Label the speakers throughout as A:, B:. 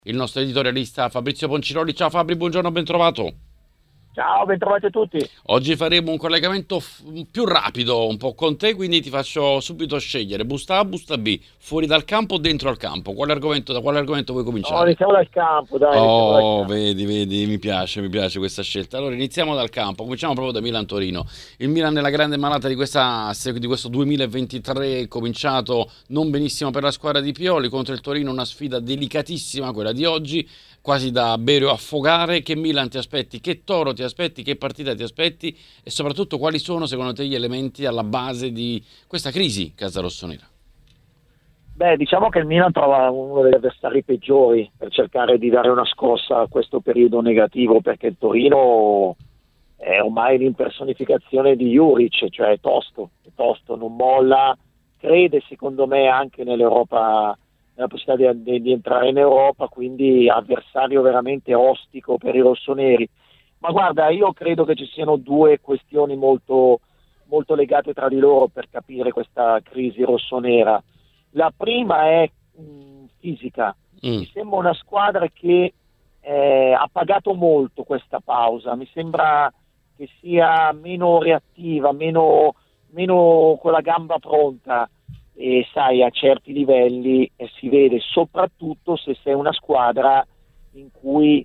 A: Il nostro editorialista Fabrizio Ponciroli. Ciao Fabri, buongiorno, ben trovato.
B: Ciao, bentrovati a tutti.
A: Oggi faremo un collegamento più rapido un po' con te, quindi ti faccio subito scegliere busta A, busta B, fuori dal campo o dentro al campo. Da quale argomento vuoi
B: No,
A: cominciare?
B: iniziamo dal campo, dai, iniziamo dal
A: Oh,
B: campo.
A: vedi, mi piace questa scelta. Allora iniziamo dal campo, cominciamo proprio da Milan-Torino. Il Milan è la grande malata di questo 2023, è cominciato non benissimo per la squadra di Pioli, contro il Torino una sfida delicatissima, quella di oggi, quasi da bere o affogare. Che Milan ti aspetti, che Toro ti aspetti, che partita ti aspetti e soprattutto quali sono secondo te gli elementi alla base di questa crisi casa-rossonera?
B: Beh, diciamo che il Milan trova uno degli avversari peggiori per cercare di dare una scossa a questo periodo negativo, perché il Torino è ormai l'impersonificazione di Juric, cioè è tosto, non molla, crede secondo me anche nell'Europa, nella possibilità di entrare in Europa, quindi avversario veramente ostico per i rossoneri. Ma guarda, io credo che ci siano due questioni molto, molto legate tra di loro per capire questa crisi rossonera. La prima è fisica.
A: Mm.
B: Mi sembra una squadra che ha pagato molto questa pausa, mi sembra che sia meno reattiva, meno con la gamba pronta, e sai, a certi livelli si vede soprattutto se sei una squadra in cui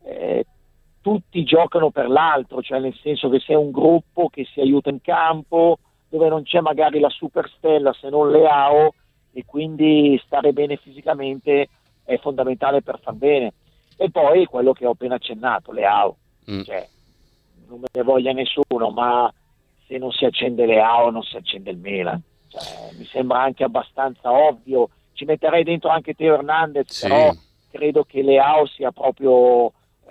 B: tutti giocano per l'altro, cioè nel senso che sei un gruppo che si aiuta in campo, dove non c'è magari la superstella se non Leao, e quindi stare bene fisicamente è fondamentale per far bene. E poi quello che ho appena accennato, Leao,
A: Mm.
B: cioè non me ne voglia nessuno, ma se non si accende Leao non si accende il Milan. Cioè, mi sembra anche abbastanza ovvio. Ci metterei dentro anche Teo Hernandez,
A: Sì.
B: però credo che Leao sia proprio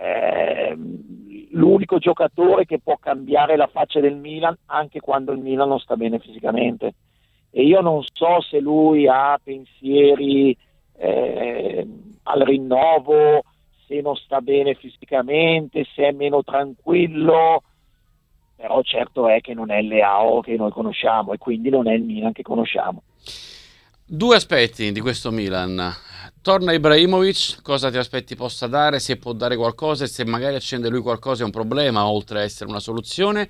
B: l'unico giocatore che può cambiare la faccia del Milan anche quando il Milan non sta bene fisicamente. E io non so se lui ha pensieri al rinnovo, se non sta bene fisicamente, se è meno tranquillo, però certo è che non è il Leao che noi conosciamo e quindi non è il Milan che conosciamo.
A: Due aspetti di questo Milan. Torna Ibrahimovic, cosa ti aspetti possa dare, se può dare qualcosa e se magari accende lui qualcosa è un problema, oltre a essere una soluzione.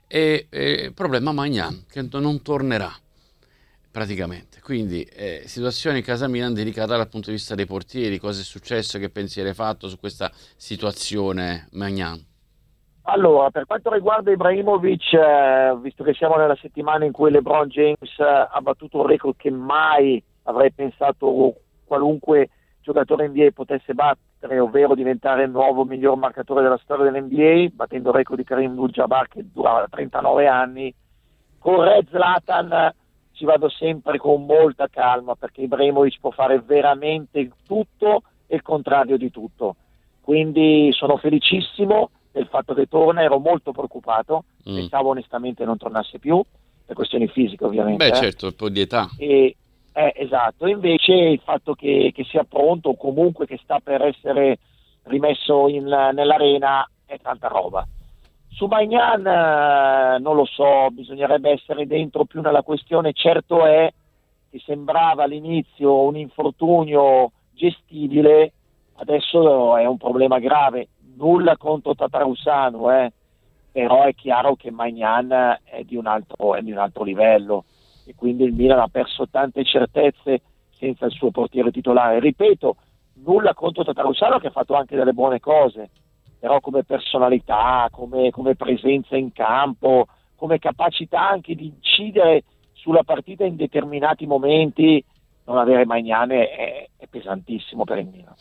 A: E problema Maignan, che non tornerà praticamente. Quindi situazione in casa Milan delicata dal punto di vista dei portieri. Cosa è successo, che pensiero hai fatto su questa situazione Maignan?
B: Allora, per quanto riguarda Ibrahimovic, visto che siamo nella settimana in cui LeBron James ha battuto un record che mai avrei pensato qualunque giocatore NBA potesse battere, ovvero diventare il nuovo miglior marcatore della storia dell'NBA, battendo il record di Kareem Abdul-Jabbar che durava 39 anni, con Re Zlatan ci vado sempre con molta calma, perché Ibrahimovic può fare veramente tutto e il contrario di tutto. Quindi sono felicissimo del fatto che torna, ero molto preoccupato,
A: Mm.
B: pensavo onestamente non tornasse più, per questioni fisiche
A: Beh,
B: ovviamente.
A: certo, un po' di età.
B: Esatto, invece il fatto che sia pronto, o comunque che sta per essere rimesso nell'arena, è tanta roba. Su Maignan non lo so, bisognerebbe essere dentro più nella questione. Certo è che sembrava all'inizio un infortunio gestibile, adesso è un problema grave. Nulla contro Tatarusanu, però è chiaro che Maignan è di un altro livello, e quindi il Milan ha perso tante certezze senza il suo portiere titolare. Ripeto, nulla contro Tatarusanu, che ha fatto anche delle buone cose, però come personalità, come presenza in campo, come capacità anche di incidere sulla partita in determinati momenti, non avere Maignan è pesantissimo per il Milan.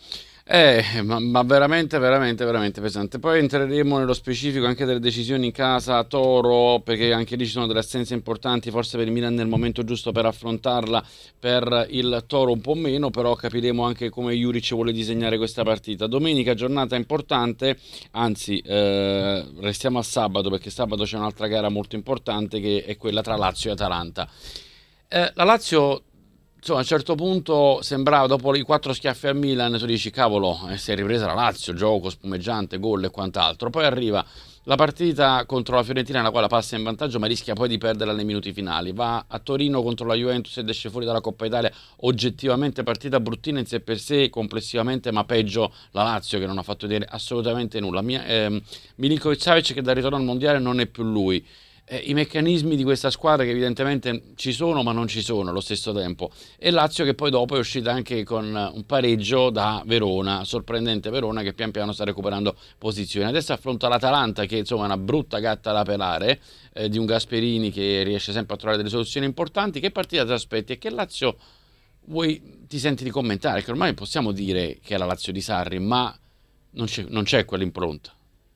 A: Ma veramente pesante. Poi entreremo nello specifico anche delle decisioni in casa Toro, perché anche lì ci sono delle assenze importanti, forse per il Milan nel momento giusto per affrontarla, per il Toro un po' meno, però capiremo anche come Juric vuole disegnare questa partita. Domenica giornata importante, anzi restiamo a sabato, perché sabato c'è un'altra gara molto importante che è quella tra Lazio e Atalanta. La Lazio insomma, a un certo punto sembrava, dopo i 4 schiaffi al Milan, tu dici cavolo, si è ripresa la Lazio, gioco spumeggiante, gol e quant'altro. Poi arriva la partita contro la Fiorentina, nella quale passa in vantaggio ma rischia poi di perderla nei minuti finali. Va a Torino contro la Juventus ed esce fuori dalla Coppa Italia. Oggettivamente partita bruttina in sé per sé, complessivamente, ma peggio la Lazio, che non ha fatto vedere assolutamente nulla. Milinkovic-Savic, che dal ritorno al mondiale non è più lui. I meccanismi di questa squadra che evidentemente ci sono ma non ci sono allo stesso tempo, e Lazio che poi dopo è uscita anche con un pareggio da Verona, sorprendente Verona che pian piano sta recuperando posizioni. Adesso affronta l'Atalanta, che insomma è una brutta gatta da pelare, di un Gasperini che riesce sempre a trovare delle soluzioni importanti. Che partita ti aspetti e che Lazio ti senti di commentare? Che ormai possiamo dire che è la Lazio di Sarri, ma non c'è quell'impronta.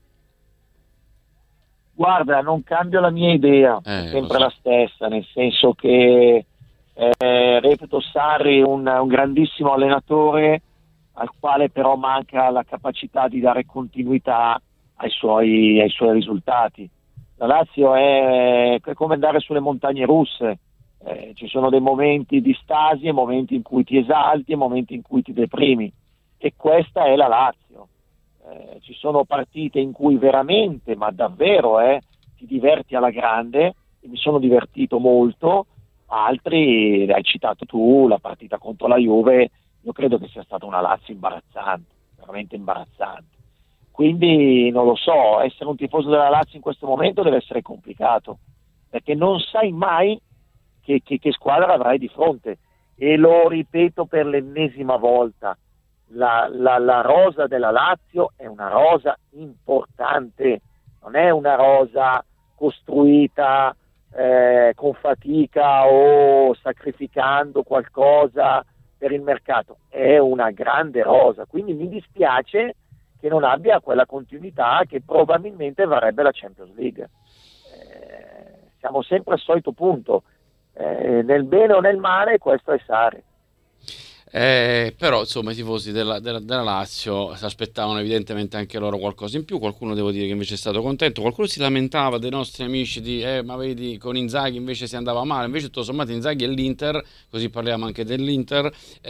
B: Guarda, non cambio la mia idea, è sempre
A: so.
B: la stessa, nel senso che reputo Sarri un grandissimo allenatore, al quale però manca la capacità di dare continuità ai suoi risultati. La Lazio è come andare sulle montagne russe, ci sono dei momenti di stasi e momenti in cui ti esalti e momenti in cui ti deprimi, e questa è la Lazio. Ci sono partite in cui veramente, ma davvero, ti diverti alla grande, e mi sono divertito molto. Altri, hai citato tu, la partita contro la Juve, io credo che sia stata una Lazio imbarazzante, veramente imbarazzante. Quindi non lo so, essere un tifoso della Lazio in questo momento deve essere complicato, perché non sai mai che squadra avrai di fronte, e lo ripeto per l'ennesima volta. La rosa della Lazio è una rosa importante, non è una rosa costruita con fatica o sacrificando qualcosa per il mercato, è una grande rosa, quindi mi dispiace che non abbia quella continuità che probabilmente varrebbe la Champions League. Siamo sempre al solito punto, nel bene o nel male, questo è Sarri.
A: Però insomma i tifosi della Lazio si aspettavano evidentemente anche loro qualcosa in più. Qualcuno, devo dire, che invece è stato contento. Qualcuno si lamentava dei nostri amici di ma vedi, con Inzaghi invece si andava male. Invece tutto sommato Inzaghi e l'Inter, così parliamo anche dell'Inter,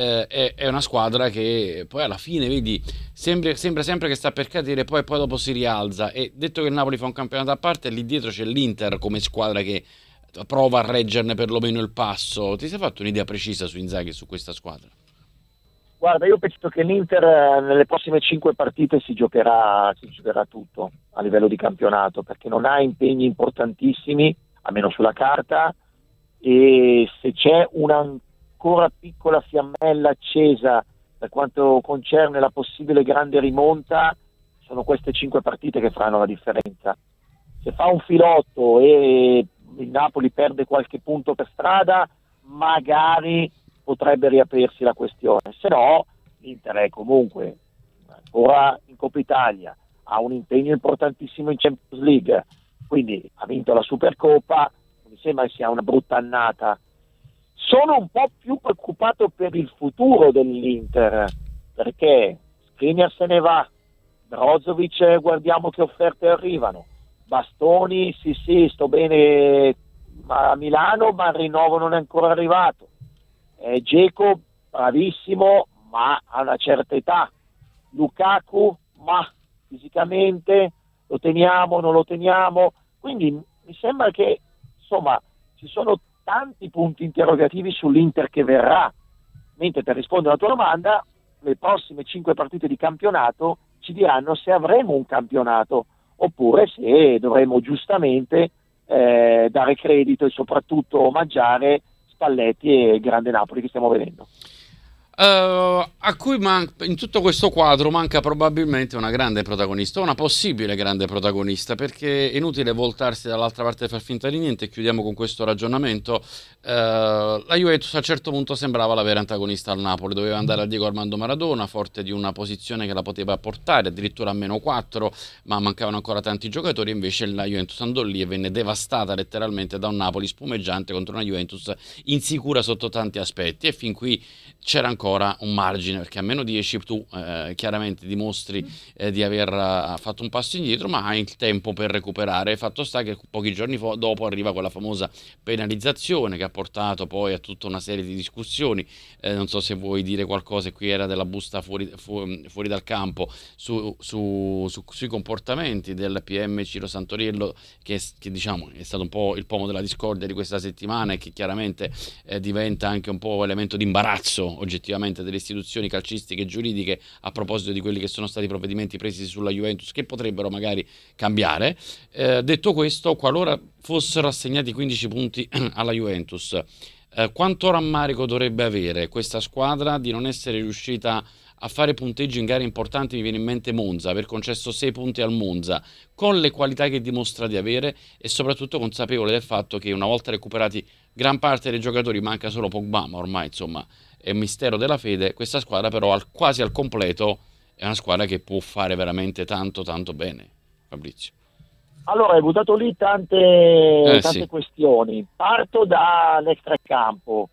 A: è una squadra che poi alla fine, vedi, sembra sempre che sta per cadere, poi dopo si rialza. E detto che il Napoli fa un campionato a parte, lì dietro c'è l'Inter come squadra che prova a reggerne perlomeno il passo. Ti sei fatto un'idea precisa su Inzaghi e su questa squadra?
B: Guarda, io penso che l'Inter nelle prossime 5 partite si giocherà tutto a livello di campionato, perché non ha impegni importantissimi, almeno sulla carta, e se c'è una ancora piccola fiammella accesa per quanto concerne la possibile grande rimonta, sono queste 5 partite che faranno la differenza. Se fa un filotto e il Napoli perde qualche punto per strada, magari potrebbe riaprirsi la questione, se no l'Inter è comunque ancora in Coppa Italia, ha un impegno importantissimo in Champions League, quindi ha vinto la Supercoppa, mi sembra che sia una brutta annata. Sono un po' più preoccupato per il futuro dell'Inter, perché Skriniar se ne va, Brozovic guardiamo che offerte arrivano, Bastoni sì sto bene a Milano ma il rinnovo non è ancora arrivato, Dzeko bravissimo ma a una certa età, Lukaku ma fisicamente lo teniamo, non lo teniamo, quindi mi sembra che insomma ci sono tanti punti interrogativi sull'Inter che verrà, mentre per rispondere alla tua domanda le prossime 5 partite di campionato ci diranno se avremo un campionato oppure se dovremo giustamente dare credito e soprattutto omaggiare Spalletti e Grande Napoli che stiamo vedendo.
A: A cui in tutto questo quadro manca probabilmente una grande protagonista, una possibile grande protagonista, perché è inutile voltarsi dall'altra parte e far finta di niente. Chiudiamo con questo ragionamento. La Juventus a un certo punto sembrava la vera antagonista al Napoli, doveva andare a Diego Armando Maradona, forte di una posizione che la poteva portare addirittura a -4, ma mancavano ancora tanti giocatori. Invece la Juventus andò lì e venne devastata letteralmente da un Napoli spumeggiante contro una Juventus insicura sotto tanti aspetti, e fin qui c'era ancora ancora un margine, perché a meno 10 tu chiaramente dimostri di aver fatto un passo indietro, ma hai il tempo per recuperare. Fatto sta che pochi giorni dopo arriva quella famosa penalizzazione che ha portato poi a tutta una serie di discussioni. Non so se vuoi dire qualcosa, qui era della busta fuori dal campo sui comportamenti del PM Ciro Santoriello, che diciamo è stato un po' il pomo della discordia di questa settimana e che chiaramente diventa anche un po' elemento di imbarazzo oggettivamente delle istituzioni calcistiche e giuridiche a proposito di quelli che sono stati i provvedimenti presi sulla Juventus, che potrebbero magari cambiare. Detto questo, qualora fossero assegnati 15 punti alla Juventus, quanto rammarico dovrebbe avere questa squadra di non essere riuscita a fare punteggi in gare importanti? Mi viene in mente Monza, aver concesso 6 punti al Monza, con le qualità che dimostra di avere, e soprattutto consapevole del fatto che una volta recuperati gran parte dei giocatori, manca solo Pogba, ma ormai insomma è un mistero della fede, questa squadra però quasi al completo è una squadra che può fare veramente tanto tanto bene. Fabrizio.
B: Allora, hai buttato lì tante
A: Sì.
B: questioni. Parto dall'extracampo.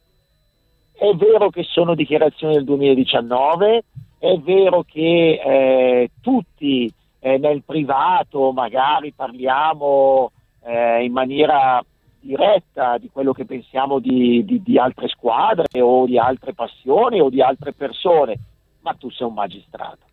B: È vero che sono dichiarazioni del 2019, è vero che tutti nel privato magari parliamo in maniera diretta di quello che pensiamo di altre squadre o di altre passioni o di altre persone, ma tu sei un magistrato.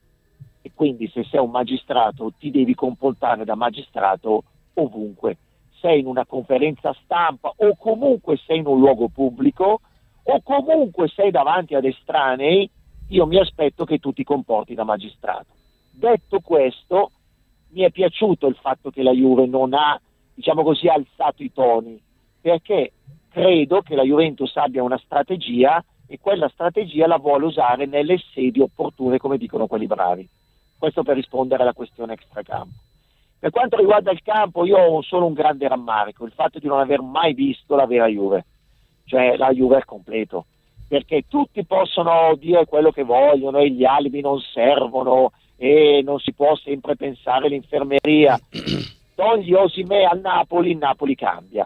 B: E quindi se sei un magistrato ti devi comportare da magistrato ovunque. Sei in una conferenza stampa o comunque sei in un luogo pubblico o comunque sei davanti ad estranei, io mi aspetto che tu ti comporti da magistrato. Detto questo, mi è piaciuto il fatto che la Juve non ha, diciamo così, alzato i toni, perché credo che la Juventus abbia una strategia e quella strategia la vuole usare nelle sedi opportune, come dicono quelli bravi. Questo per rispondere alla questione extracampo. Per quanto riguarda il campo, io ho solo un grande rammarico, il fatto di non aver mai visto la vera Juve, cioè la Juve al completo, perché tutti possono dire quello che vogliono e gli alibi non servono e non si può sempre pensare all'infermeria. Togli Osimhen al Napoli, il Napoli cambia.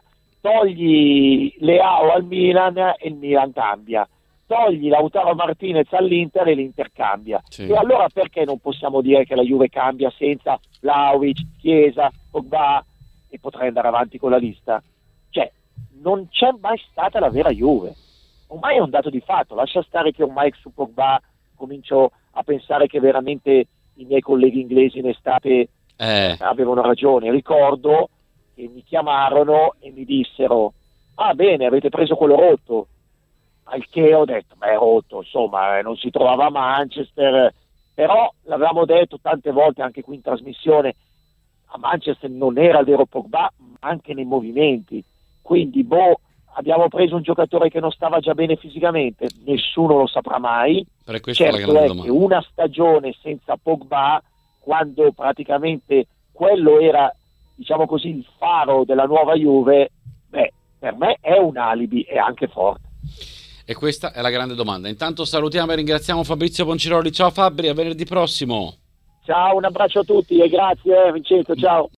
B: Togli Leao al Milan e il Milan cambia. Togli Lautaro Martinez all'Inter e l'Inter cambia.
A: Sì.
B: E allora perché non possiamo dire che la Juve cambia senza Vlahovic, Chiesa, Pogba, e potrei andare avanti con la lista? Cioè, non c'è mai stata la vera Juve. Ormai è un dato di fatto. Lascia stare che ormai su Pogba comincio a pensare che veramente i miei colleghi inglesi in estate avevano ragione. Ricordo che mi chiamarono e mi dissero: ah, bene, avete preso quello rotto. Al che ho detto: beh, rotto, insomma, non si trovava a Manchester, però l'avevamo detto tante volte anche qui in trasmissione, a Manchester non era il vero Pogba, ma anche nei movimenti. Quindi, abbiamo preso un giocatore che non stava già bene fisicamente, nessuno lo saprà mai.
A: Per questo
B: certo
A: è la grande
B: è
A: domanda.
B: che una stagione senza Pogba, quando praticamente quello era, diciamo così, il faro della nuova Juve, per me è un alibi e anche forte.
A: E questa è la grande domanda. Intanto salutiamo e ringraziamo Fabrizio Ponciroli. Ciao Fabri, a venerdì prossimo.
B: Ciao, un abbraccio a tutti e grazie Vincenzo, ciao.